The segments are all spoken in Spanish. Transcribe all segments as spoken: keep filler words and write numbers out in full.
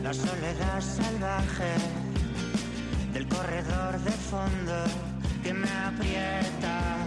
La soledad salvaje del corredor de fondo que me aprieta,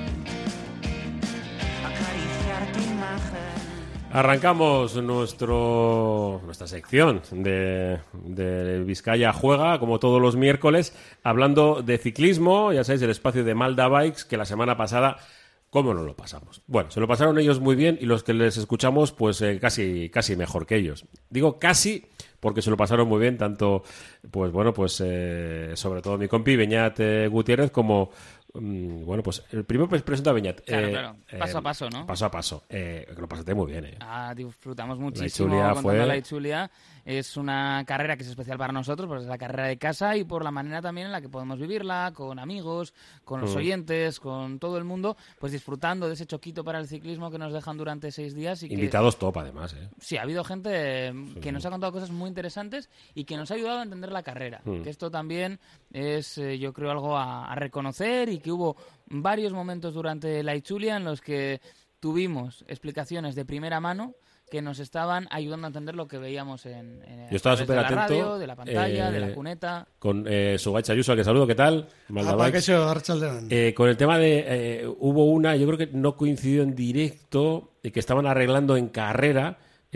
acariciar tu imagen. Arrancamos nuestro nuestra sección de, de Vizcaya Juega, como todos los miércoles, hablando de ciclismo. Ya sabéis, el espacio de Malda Bikes, que la semana pasada, ¿cómo nos lo pasamos? Bueno, se lo pasaron ellos muy bien y los que les escuchamos, pues eh, casi, casi mejor que ellos. Digo casi porque se lo pasaron muy bien, tanto, pues bueno, pues eh, sobre todo mi compi Beñat eh, Gutiérrez, como... Bueno, pues el primero pues presento a Beñat. Claro, eh, claro. Paso eh, a paso, ¿no? Paso a paso. Eh, lo pasaste muy bien, ¿eh? Ah, disfrutamos La muchísimo Itzulia contando fue... la Itzulia. Es una carrera que es especial para nosotros, porque es la carrera de casa y por la manera también en la que podemos vivirla, con amigos, con los Mm. oyentes, con todo el mundo, pues disfrutando de ese choquito para el ciclismo que nos dejan durante seis días. Y Invitados que... top, además, ¿eh? Sí, ha habido gente Sí, que sí. nos ha contado cosas muy interesantes y que nos ha ayudado a entender la carrera. Mm. Que esto también es, eh, yo creo, algo a, a reconocer, y que hubo varios momentos durante la Itzulia en los que tuvimos explicaciones de primera mano que nos estaban ayudando a entender lo que veíamos en, en Yo estaba a través súper de la atento, radio, de la pantalla, eh, de la cuneta. Con eh, Sugaitz Ayuso, al que saludo, ¿qué tal? Malda Apa, Bikes. kaixo, arratsaldeon. Eh, con el tema de... eh, hubo una, yo creo que no coincidió en directo, eh, que estaban arreglando en carrera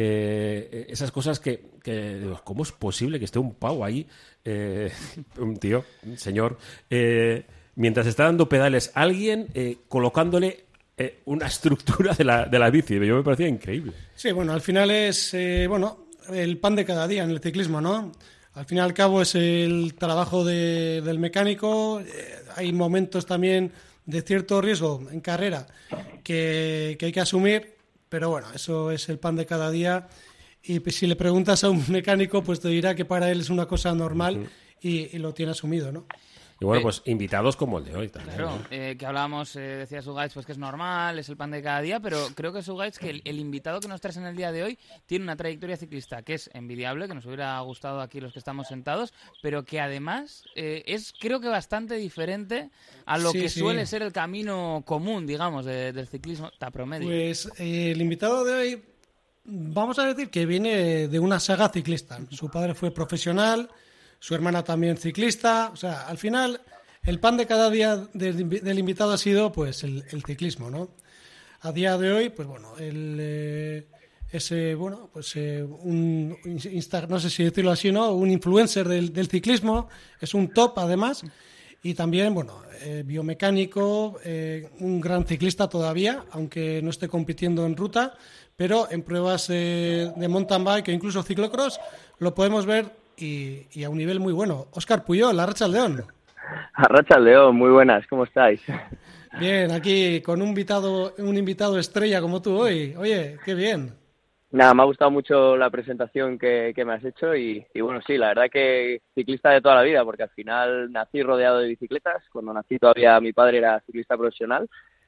eh, esas cosas que, que... digo, ¿cómo es posible que esté un pavo ahí? Eh, un tío, un señor... Eh, mientras está dando pedales alguien eh, colocándole eh, una estructura de la, de la bici. Yo me parecía increíble. Sí, bueno, al final es eh, bueno el pan de cada día en el ciclismo, ¿no? Al fin y al cabo es el trabajo de, del mecánico. Eh, hay momentos también de cierto riesgo en carrera que, que hay que asumir, pero bueno, eso es el pan de cada día. Y pues, si le preguntas a un mecánico, pues te dirá que para él es una cosa normal. Uh-huh. y, y lo tiene asumido, ¿no? Y bueno, pues invitados como el de hoy también. Claro, ¿no? eh, que hablábamos, eh, decía Sugaitz, pues que es normal, es el pan de cada día, pero creo que Sugaitz, que el, el invitado que nos traes en el día de hoy tiene una trayectoria ciclista que es envidiable, que nos hubiera gustado aquí los que estamos sentados, pero que además eh, es creo que bastante diferente a lo sí, que sí. suele ser el camino común, digamos, de, del ciclismo promedio. Pues eh, el invitado de hoy, vamos a decir que viene de una saga ciclista. Su padre fue profesional, su hermana también ciclista. O sea, al final, el pan de cada día del, del invitado ha sido pues el, el ciclismo, ¿no? A día de hoy, pues bueno, el, eh, ese, bueno, pues eh, un Insta, no sé si decirlo así, ¿no? Un influencer del, del ciclismo, es un top además, y también, bueno, eh, biomecánico, eh, un gran ciclista todavía, aunque no esté compitiendo en ruta, pero en pruebas eh, de mountain bike e incluso ciclocross lo podemos ver. Y, y a un nivel muy bueno. Óscar Puyol, arratsaldeon. Arratsaldeon, muy buenas, ¿cómo estáis? Bien, aquí con un invitado, un invitado estrella como tú hoy. Oye, qué bien. Nada, me ha gustado mucho la presentación que, que me has hecho y, y bueno, sí, la verdad que ciclista de toda la vida, porque al final nací rodeado de bicicletas. Cuando nací todavía mi padre era ciclista profesional.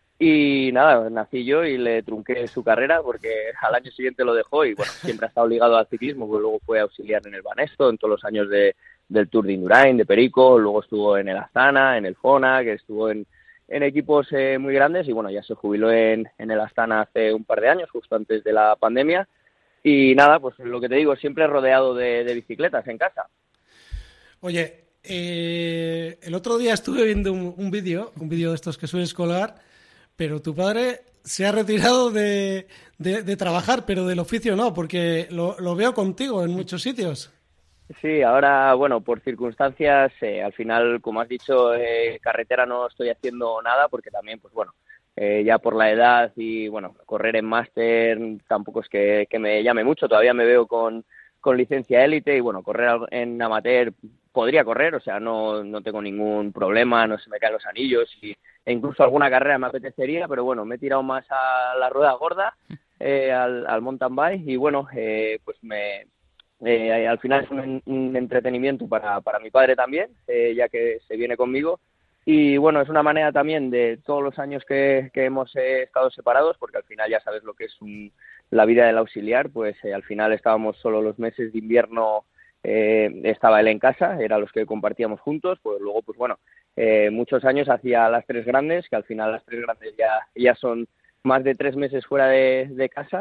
Y nada, nací yo y le trunqué su carrera porque al año siguiente lo dejó y bueno, siempre ha estado ligado al ciclismo, porque luego fue auxiliar en el Banesto, en todos los años de, del Tour de Indurain, de Perico, luego estuvo en el Astana, en el Fona, que estuvo en, en equipos eh, muy grandes y bueno, ya se jubiló en, en el Astana hace un par de años, justo antes de la pandemia. Y nada, pues lo que te digo, siempre rodeado de, de bicicletas en casa. Oye, eh, el otro día estuve viendo un, un vídeo, un vídeo de estos que sueles colgar, pero tu padre se ha retirado de, de, de trabajar, pero del oficio no, porque lo, lo veo contigo en muchos sitios. Sí, ahora, bueno, por circunstancias, eh, al final, como has dicho, eh, carretera no estoy haciendo nada, porque también, pues bueno, eh, ya por la edad y, bueno, correr en máster tampoco es que, que me llame mucho, todavía me veo con, con licencia élite y, bueno, correr en amateur podría correr, o sea, no, no tengo ningún problema, no se me caen los anillos y e incluso alguna carrera me apetecería, pero bueno, me he tirado más a la rueda gorda, eh, al, al mountain bike y bueno, eh, pues me eh, al final es un, un entretenimiento para, para mi padre también, eh, ya que se viene conmigo y bueno, es una manera también de todos los años que, que hemos eh, estado separados, porque al final ya sabes lo que es un, la vida del auxiliar, pues eh, al final estábamos solo los meses de invierno. Eh, estaba él en casa, eran los que compartíamos juntos, pues luego, pues bueno, eh, muchos años hacía las tres grandes, que al final las tres grandes ya, ya son más de tres meses fuera de, de casa,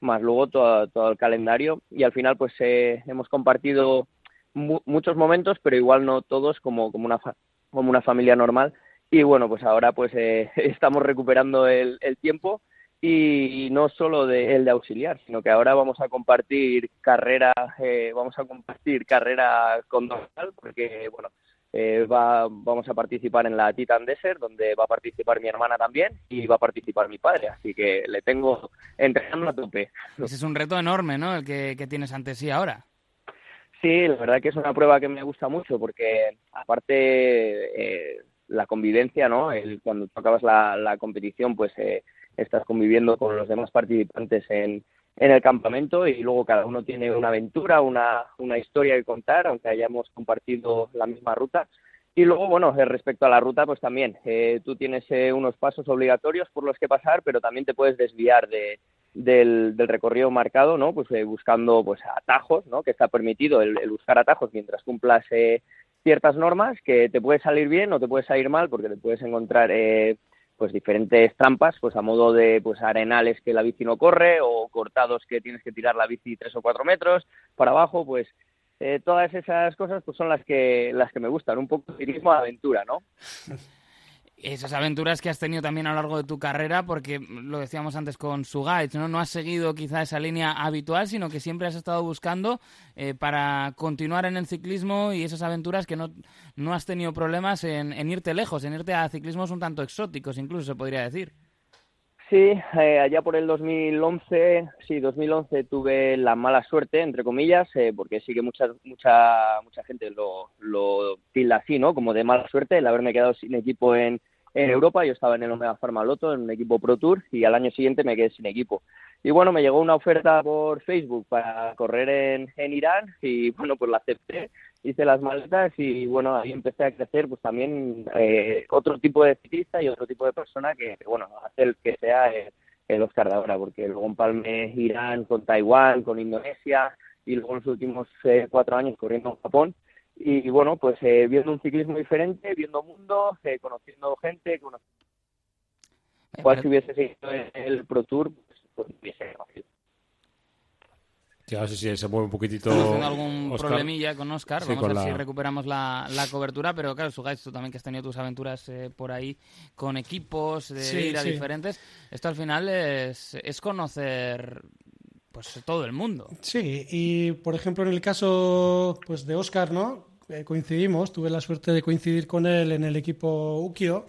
más luego todo, todo el calendario, y al final pues eh, hemos compartido mu- muchos momentos, pero igual no todos como, como, una, fa- como una familia normal, y bueno, pues ahora pues eh, estamos recuperando el, el tiempo, y no solo de, el de auxiliar, sino que ahora vamos a compartir carrera, eh, vamos a compartir carrera con dorsal, porque bueno, eh, va, vamos a participar en la Titan Desert, donde va a participar mi hermana también y va a participar mi padre, así que le tengo entrenando a tope. Ese es un reto enorme, ¿no? El que, que tienes ante sí ahora. Sí, la verdad que es una prueba que me gusta mucho porque aparte eh, la convivencia, ¿no? El, cuando tú acabas la, la competición, pues eh, estás conviviendo con los demás participantes en, en el campamento y luego cada uno tiene una aventura, una, una historia que contar, aunque hayamos compartido la misma ruta. Y luego, bueno, eh, respecto a la ruta, pues también eh, tú tienes eh, unos pasos obligatorios por los que pasar, pero también te puedes desviar de, del, del recorrido marcado, ¿no? Pues eh, buscando pues atajos, ¿no? Que está permitido el, el buscar atajos mientras cumplas eh, ciertas normas, que te puede salir bien o te puede salir mal, porque te puedes encontrar eh, pues diferentes trampas, pues a modo de pues arenales que la bici no corre o cortados que tienes que tirar la bici tres o cuatro metros para abajo, pues Eh, todas esas cosas pues son las que las que me gustan, un poco de turismo de aventura, ¿no? Esas aventuras que has tenido también a lo largo de tu carrera, porque lo decíamos antes con Sugaits, ¿no? No has seguido quizá esa línea habitual, sino que siempre has estado buscando eh, para continuar en el ciclismo y esas aventuras que no, no has tenido problemas en, en irte lejos, en irte a ciclismos un tanto exóticos, incluso se podría decir. Sí, eh, allá por el dos mil once, sí, dos mil once tuve la mala suerte, entre comillas, eh, porque sí que mucha mucha mucha gente lo, lo tilda así, ¿no? Como de mala suerte, el haberme quedado sin equipo en, en Europa. Yo estaba en el Omega Pharma Lotto, en un equipo Pro Tour, y al año siguiente me quedé sin equipo. Y bueno, me llegó una oferta por Facebook para correr en, en Irán, y bueno, pues la acepté. Hice las maletas y bueno, ahí empecé a crecer pues también eh, otro tipo de ciclista y otro tipo de persona que, que bueno, hace el que sea el, el Oscar de ahora, porque luego empalmé Irán con Taiwán, con Indonesia y luego en los últimos eh, cuatro años corriendo en Japón y, y bueno, pues eh, viendo un ciclismo diferente, viendo mundo, eh, conociendo gente, que, bueno, cual si hubiese seguido el Pro Tour, pues, pues hubiese conocido. Claro, sí, sí, se mueve un poquitito. Estamos teniendo algún Oscar. problemilla con Oscar. Sí, Vamos con a ver la- si recuperamos la, la cobertura. Pero claro, Sugaits, tú también que has tenido tus aventuras eh, por ahí con equipos, de Sí, ir a sí. diferentes. Esto al final es, es conocer pues todo el mundo. Sí, y por ejemplo en el caso pues de Óscar, ¿no? Eh, coincidimos, tuve la suerte de coincidir con él en el equipo Ukio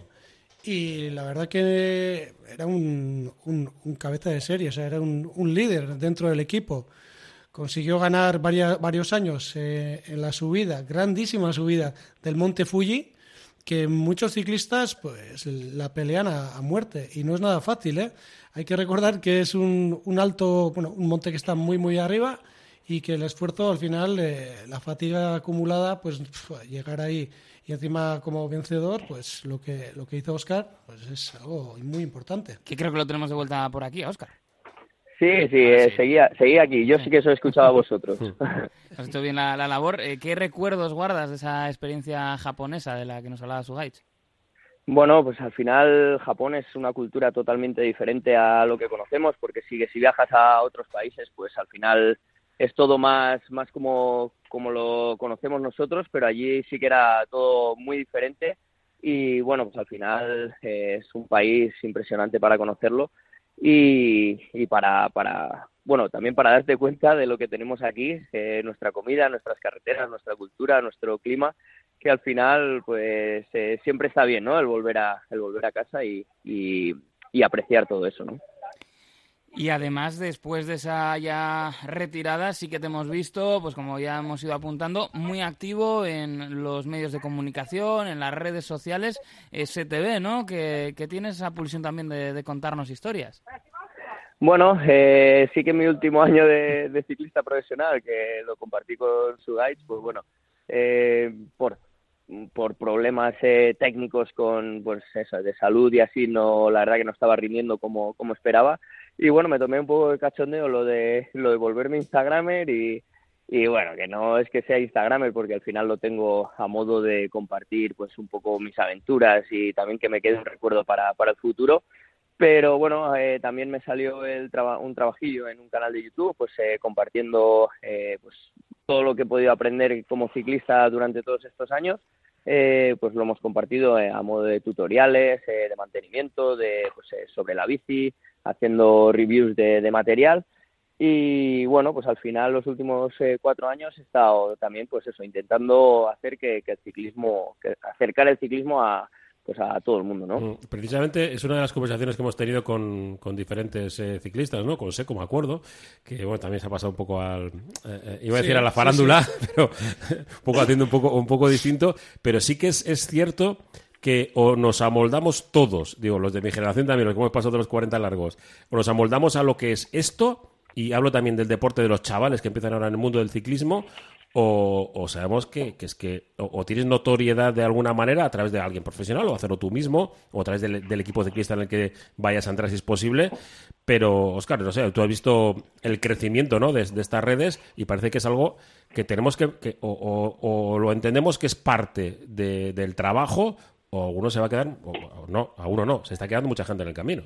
y la verdad que era un, un, un cabeza de serie, o sea, era un, un líder dentro del equipo. Consiguió ganar varias, varios años eh, en la subida, grandísima subida del Monte Fuji, que muchos ciclistas pues la pelean a, a muerte y no es nada fácil, ¿eh? Hay que recordar que es un, un alto, bueno, un monte que está muy muy arriba y que el esfuerzo al final, eh, la fatiga acumulada, pues pf, llegar ahí y encima como vencedor, pues lo que lo que hizo Óscar, pues es algo muy importante. Que creo que lo tenemos de vuelta por aquí, Óscar. Sí, sí, Ahora eh, sí. seguía, seguía aquí, yo sí que os he escuchado a vosotros. Has hecho bien la, la labor. Eh, ¿Qué recuerdos guardas de esa experiencia japonesa de la que nos hablaba Sugaits? Bueno, pues al final Japón es una cultura totalmente diferente a lo que conocemos, porque si, si viajas a otros países, pues al final es todo más, más como, como lo conocemos nosotros, pero allí sí que era todo muy diferente y bueno, pues al final eh, es un país impresionante para conocerlo y, y para, para, bueno, también para darte cuenta de lo que tenemos aquí, eh, nuestra comida, nuestras carreteras, nuestra cultura, nuestro clima, que al final pues eh, siempre está bien, ¿no? El volver a el volver a casa y, y, y apreciar todo eso, ¿no? Y además, después de esa ya retirada, sí que te hemos visto, pues como ya hemos ido apuntando, muy activo en los medios de comunicación, en las redes sociales. Eh, se te ve, ¿no? Que, que tienes esa pulsión también de, de contarnos historias. Bueno, eh, sí que mi último año de, de ciclista profesional, que lo compartí con Sugaits, pues bueno, eh, por por problemas eh, técnicos con pues eso, de salud y así, no, la verdad que no estaba rindiendo como, como esperaba. Y bueno, me tomé un poco de cachondeo lo de lo de volverme Instagramer y, y bueno, que no es que sea Instagramer porque al final lo tengo a modo de compartir pues un poco mis aventuras y también que me quede un recuerdo para, para el futuro. Pero bueno, eh, también me salió el traba- un trabajillo en un canal de YouTube, pues eh, compartiendo eh, pues todo lo que he podido aprender como ciclista durante todos estos años. Eh, pues lo hemos compartido eh, a modo de tutoriales, eh, de mantenimiento, de pues eh, sobre la bici, haciendo reviews de, de material. Y bueno, pues al final los últimos eh, cuatro años he estado también, pues eso, intentando hacer que, que el ciclismo, que acercar el ciclismo a pues a todo el mundo, ¿no? Mm, Precisamente es una de las conversaciones que hemos tenido con, con diferentes eh, ciclistas, ¿no? Con Seco, me acuerdo, que bueno, también se ha pasado un poco al... Eh, eh, iba a Sí, decir a la sí, farándula, sí. pero un poco haciendo un poco, un poco distinto, pero sí que es, es cierto que o nos amoldamos todos, digo, los de mi generación también, los que hemos pasado de los cuarenta largos, o nos amoldamos a lo que es esto, y hablo también del deporte de los chavales que empiezan ahora en el mundo del ciclismo, o, o sabemos que, que es que o, o tienes notoriedad de alguna manera a través de alguien profesional o hacerlo tú mismo o a través del, del equipo ciclista en el que vayas a entrar si es posible, pero Óscar, no sé, tú has visto el crecimiento, ¿no? de, de estas redes y parece que es algo que tenemos que, que o, o, o lo entendemos que es parte de, del trabajo o uno se va a quedar, o, o no, a uno no, se está quedando mucha gente en el camino.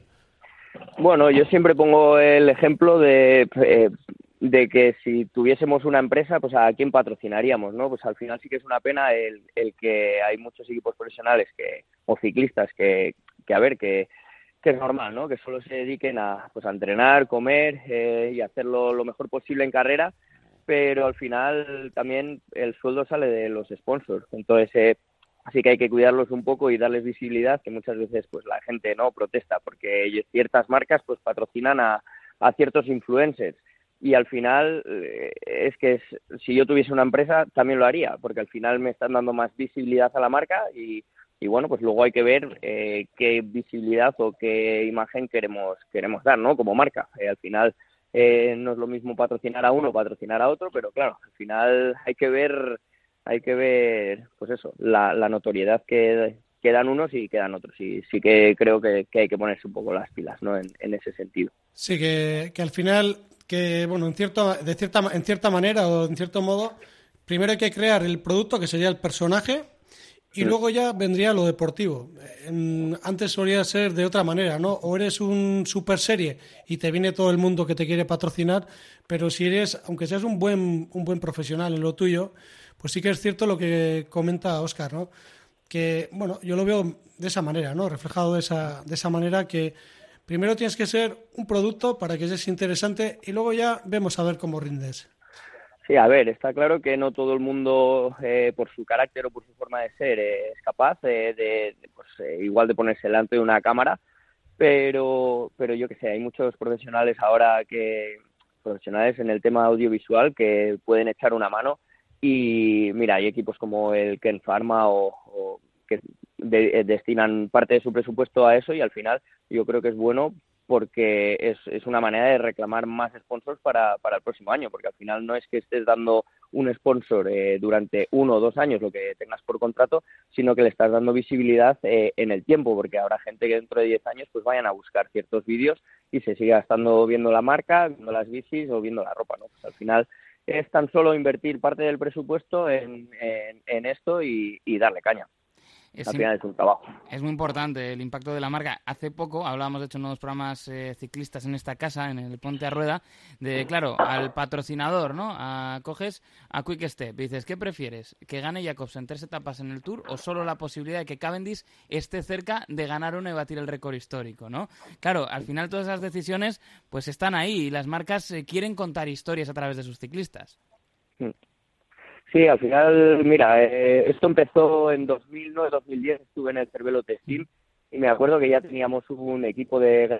Bueno, yo siempre pongo el ejemplo de, eh, de que si tuviésemos una empresa, pues a quién patrocinaríamos, ¿no? Pues al final sí que es una pena el, el que hay muchos equipos profesionales que o ciclistas que, que a ver, que, que es normal, ¿no? Que solo se dediquen a, pues a entrenar, comer eh, y hacerlo lo mejor posible en carrera, pero al final también el sueldo sale de los sponsors. Entonces, eh, así que hay que cuidarlos un poco y darles visibilidad, que muchas veces pues la gente no protesta porque ciertas marcas pues patrocinan a, a ciertos influencers y al final eh, es que es, si yo tuviese una empresa también lo haría, porque al final me están dando más visibilidad a la marca y, y bueno, pues luego hay que ver eh, qué visibilidad o qué imagen queremos queremos dar, ¿no? Como marca. Eh, al final eh, no es lo mismo patrocinar a uno o patrocinar a otro, pero claro, al final hay que ver hay que ver, pues eso, la, la notoriedad que, que dan unos y que dan otros. Y sí que creo que, que hay que ponerse un poco las pilas, ¿no? En, en ese sentido. Sí, que, que al final, que bueno, en cierto, de cierta, en cierta manera o en cierto modo, primero hay que crear el producto, que sería el personaje, y Mm. luego ya vendría lo deportivo. En- antes solía ser de otra manera, ¿no? O eres un super serie y te viene todo el mundo que te quiere patrocinar, pero si eres, aunque seas un buen, un buen profesional en lo tuyo, pues sí que es cierto lo que comenta Óscar, ¿no? Que, bueno, yo lo veo de esa manera, ¿no? Reflejado de esa, de esa manera que primero tienes que ser un producto para que seas interesante y luego ya vemos a ver cómo rindes. Sí, a ver, está claro que no todo el mundo, eh, por su carácter o por su forma de ser, eh, es capaz eh, de, de, pues, eh, igual de ponerse delante de una cámara, pero, pero yo qué sé, hay muchos profesionales ahora que, profesionales en el tema audiovisual que pueden echar una mano y mira, hay equipos como el Ken Pharma o, o que de, eh, destinan parte de su presupuesto a eso y al final yo creo que es bueno porque es, es una manera de reclamar más sponsors para, para el próximo año, porque al final no es que estés dando un sponsor eh, durante uno o dos años, lo que tengas por contrato, sino que le estás dando visibilidad eh, en el tiempo, porque habrá gente que dentro de diez años pues vayan a buscar ciertos vídeos y se siga estando viendo la marca, viendo las bicis o viendo la ropa, ¿no? Pues al final es tan solo invertir parte del presupuesto en, en, en esto y, y darle caña. Es Al im- final es un trabajo. Es muy importante el impacto de la marca. Hace poco hablábamos, de hecho, en unos programas eh, ciclistas en esta casa, en el Ponte a Rueda, de, claro, al patrocinador, ¿no? A, coges a Quick Step y dices, ¿qué prefieres? ¿Que gane Jacobsen tres etapas en el Tour o solo la posibilidad de que Cavendish esté cerca de ganar uno y batir el récord histórico, ¿no? Claro, al final todas esas decisiones pues están ahí y las marcas eh, quieren contar historias a través de sus ciclistas. Sí, al final, mira, eh, esto empezó en dos mil nueve dos mil diez, estuve en el Cervelo Textil y me acuerdo que ya teníamos un equipo de...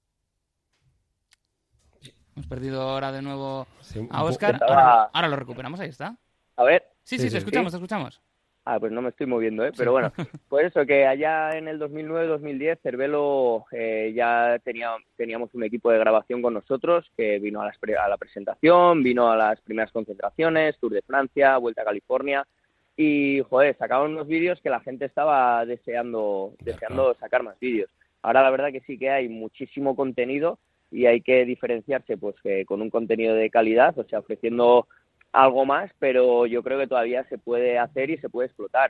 Hemos perdido ahora de nuevo Sí, un a po- Óscar. estaba- Ahora, ahora lo recuperamos, ahí está. A ver, Sí, Sí, sí, sí. te escuchamos, ¿Sí? te escuchamos. ah, pues no me estoy moviendo, ¿eh? Pero bueno, pues eso, que allá en el dos mil nueve dos mil diez Cervelo eh, ya tenía, teníamos un equipo de grabación con nosotros que vino a, las pre- a la presentación, vino a las primeras concentraciones, Tour de Francia, Vuelta a California y, joder, sacaban unos vídeos que la gente estaba deseando, deseando sacar más vídeos. Ahora la verdad que sí que hay muchísimo contenido y hay que diferenciarse pues que con un contenido de calidad, o sea, ofreciendo algo más, pero yo creo que todavía se puede hacer y se puede explotar.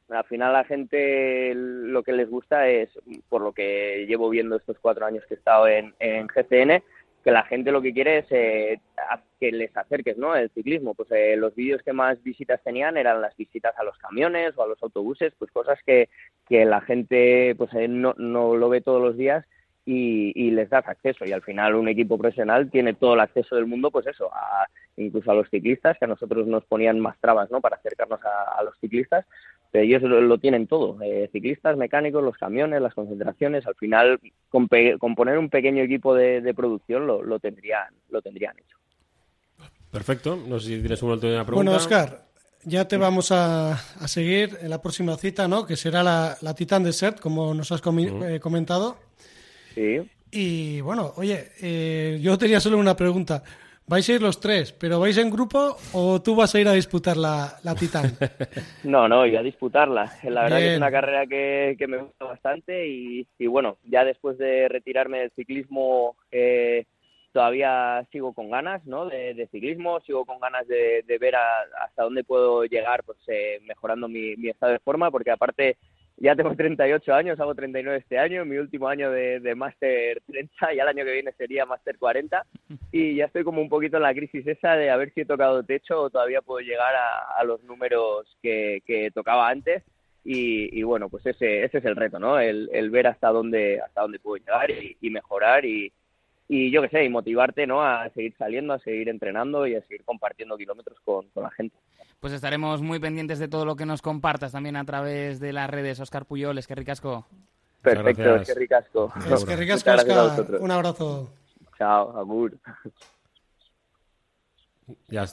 al final la gente lo que les gusta es, por lo que llevo viendo estos cuatro años que he estado en, en G C N, que la gente lo que quiere es eh, que les acerques, ¿no?, el ciclismo. Pues eh, los vídeos que más visitas tenían eran las visitas a los camiones o a los autobuses, pues cosas que, que la gente pues eh, no, no lo ve todos los días y, y les das acceso. Y al final un equipo profesional tiene todo el acceso del mundo, pues eso, a, incluso a los ciclistas, que a nosotros nos ponían más trabas, ¿no?, para acercarnos a, a los ciclistas. Pero ellos lo, lo tienen todo, eh, ciclistas, mecánicos, los camiones, las concentraciones. Al final, con, pe- con poner un pequeño equipo de, de producción lo, lo tendrían lo tendrían hecho. Perfecto. No sé si tienes una última pregunta. Bueno, Óscar, ya te vamos a, a seguir en la próxima cita, ¿no?, que será la, la Titan Desert, como nos has comi- uh-huh. eh, comentado. Sí. Y bueno, oye, eh, yo tenía solo una pregunta. ¿Vais a ir los tres, pero vais en grupo o tú vas a ir a disputar la, la Titan? No, no, yo a disputarla. La verdad Bien. que es una carrera que, que me gusta bastante y, y bueno, ya después de retirarme del ciclismo eh, todavía sigo con ganas, ¿no?, de, de ciclismo, sigo con ganas de, de ver a, hasta dónde puedo llegar, pues eh, mejorando mi, mi estado de forma, porque aparte ya tengo treinta y ocho años, hago treinta y nueve este año, mi último año de, de máster treinta, ya el año que viene sería máster cuarenta, y ya estoy como un poquito en la crisis esa de a ver si he tocado techo o todavía puedo llegar a, a los números que, que tocaba antes, y, y bueno, pues ese ese es el reto, ¿no?, el, el ver hasta dónde hasta dónde puedo llegar y, y mejorar y, y yo qué sé, y motivarte, ¿no?, a seguir saliendo, a seguir entrenando y a seguir compartiendo kilómetros con, con la gente. Pues estaremos muy pendientes de todo lo que nos compartas también a través de las redes. Óscar Puyol, es que ricasco. Perfecto, es que ricasco. Es que ricasco, Óscar. Un abrazo. Chao, agur. Ya,